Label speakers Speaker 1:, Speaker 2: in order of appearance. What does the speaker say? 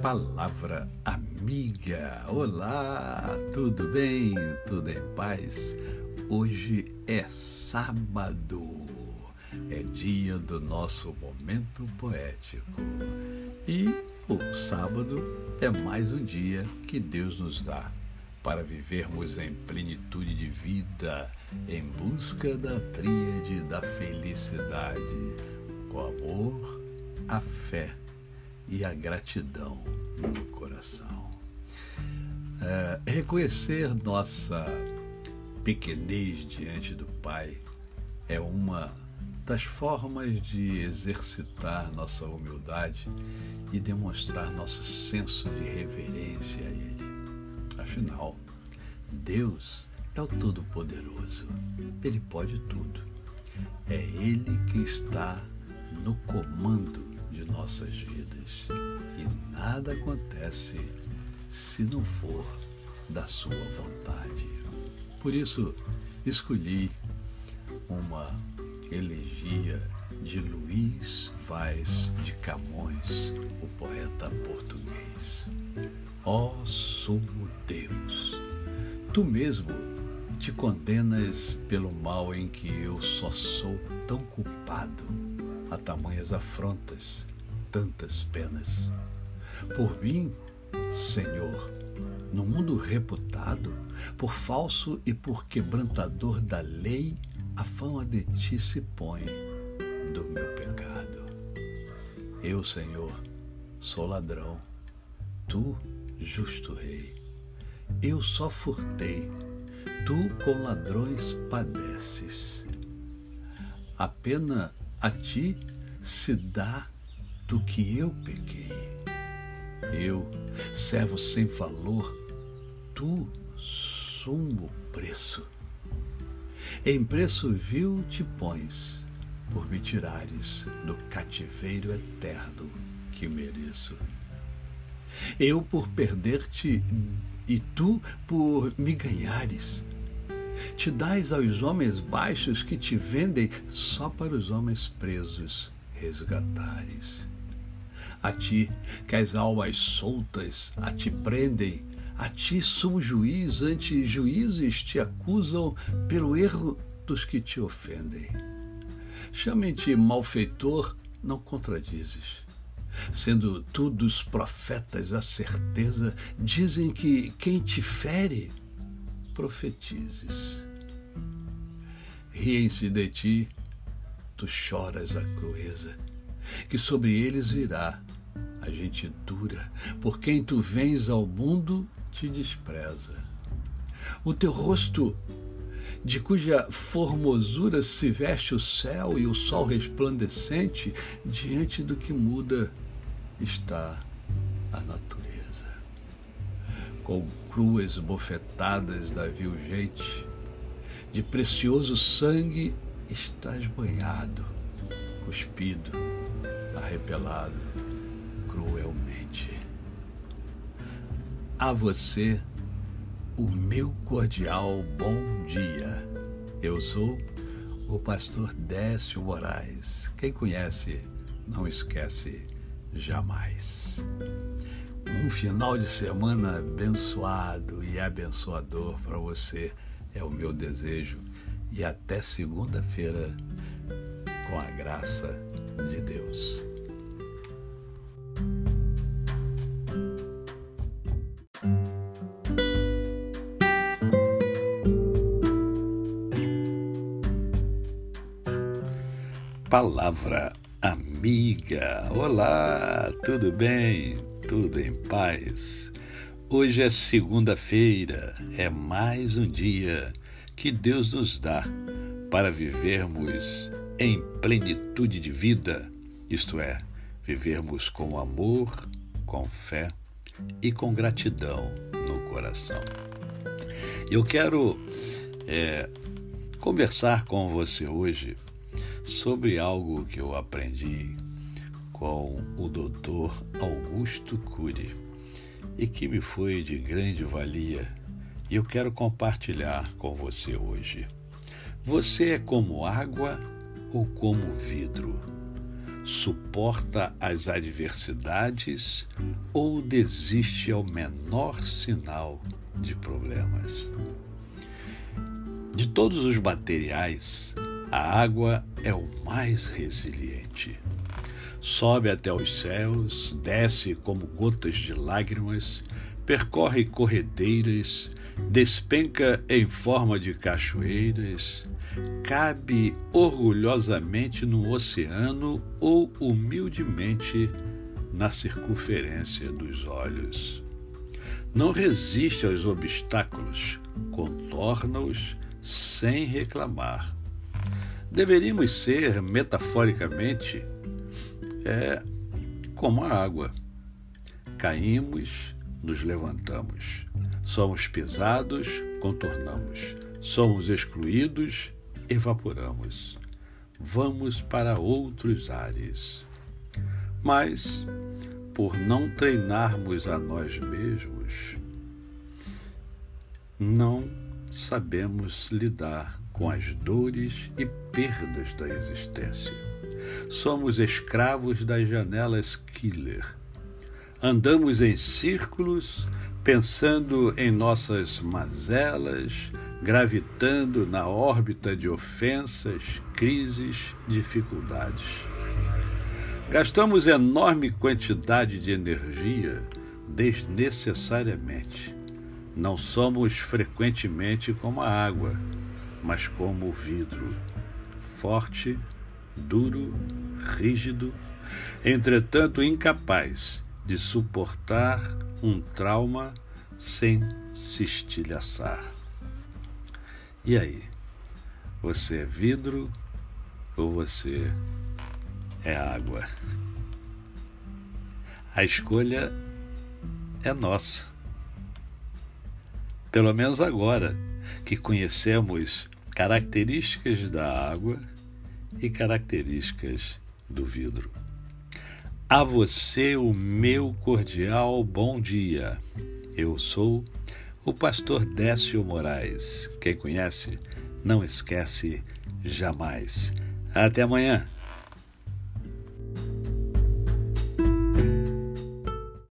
Speaker 1: Palavra amiga. Olá, tudo bem? Tudo em paz? Hoje é sábado, é dia do nosso momento poético. E o sábado é mais um dia que Deus nos dá para vivermos em plenitude de vida, em busca da tríade da felicidade, o amor, a fé e a gratidão no coração. Reconhecer nossa pequenez diante do Pai é uma das formas de exercitar nossa humildade e demonstrar nosso senso de reverência a Ele. Afinal, Deus é o Todo-Poderoso. Ele pode tudo. É Ele que está no comando de nossas vidas. E nada acontece se não for da sua vontade. Por isso, escolhi uma elegia de Luís Vaz de Camões, o poeta português. Ó sumo Deus, tu mesmo te condenas pelo mal em que eu só sou tão culpado, a tamanhas afrontas, tantas penas. Por mim, Senhor, no mundo reputado, por falso e por quebrantador da lei, a fama de ti se põe do meu pecado. Eu, Senhor, sou ladrão, tu, justo rei. Eu só furtei, tu com ladrões padeces. A pena a ti se dá do que eu pequei. Eu, servo sem valor, tu, sumo preço. Em preço vil te pões, por me tirares do cativeiro eterno que mereço. Eu por perder-te e tu por me ganhares. Te dás aos homens baixos que te vendem só para os homens presos resgatares. A ti que as almas soltas a te prendem, a ti sumo juiz ante juízes te acusam pelo erro dos que te ofendem. Chamem-te malfeitor, não contradizes. Sendo tu dos profetas a certeza, dizem que quem te fere, profetizes. Riem-se de ti, tu choras a crueza, que sobre eles virá a gente dura, por quem tu vens ao mundo te despreza. O teu rosto, de cuja formosura se veste o céu e o sol resplandecente, diante do que muda está a natureza. Com cruas bofetadas da vil gente, de precioso sangue estás banhado, cuspido, arrepelado, cruelmente. A você, o meu cordial bom dia. Eu sou o pastor Décio Moraes. Quem conhece, não esquece jamais. Um final de semana abençoado e abençoador para você é o meu desejo. E até segunda-feira, com a graça de Deus. Palavra amiga. Olá, tudo bem? Tudo em paz? Hoje é segunda-feira, é mais um dia que Deus nos dá para vivermos em plenitude de vida, isto é, vivermos com amor, com fé e com gratidão no coração. Eu quero conversar com você hoje sobre algo que eu aprendi com o Dr. Augusto Cury e que me foi de grande valia e eu quero compartilhar com você hoje. Você é como água ou como vidro? suporta as adversidades ou desiste ao menor sinal de problemas. De todos os materiais, a água é o mais resiliente. Sobe até os céus, desce como gotas de lágrimas, percorre corredeiras, despenca em forma de cachoeiras, cabe orgulhosamente no oceano ou humildemente na circunferência dos olhos. Não resiste aos obstáculos, contorna-os sem reclamar. Deveríamos ser, metaforicamente, como a água. Caímos, nos levantamos. Somos pisados, contornamos. Somos excluídos, evaporamos. Vamos para outros ares. Mas, por não treinarmos a nós mesmos, não sabemos lidar com as dores e perdas da existência. Somos escravos das janelas killer. Andamos em círculos, pensando em nossas mazelas, gravitando na órbita de ofensas, crises, dificuldades. Gastamos enorme quantidade de energia desnecessariamente. Não somos frequentemente como a água, mas como o vidro, forte, duro, rígido, entretanto incapaz de suportar um trauma sem se estilhaçar. E aí, você é vidro ou você é água? A escolha é nossa. Pelo menos agora que conhecemos características da água e características do vidro. A você o meu cordial bom dia. Eu sou o pastor Décio Moraes. Quem conhece, não esquece jamais. Até amanhã.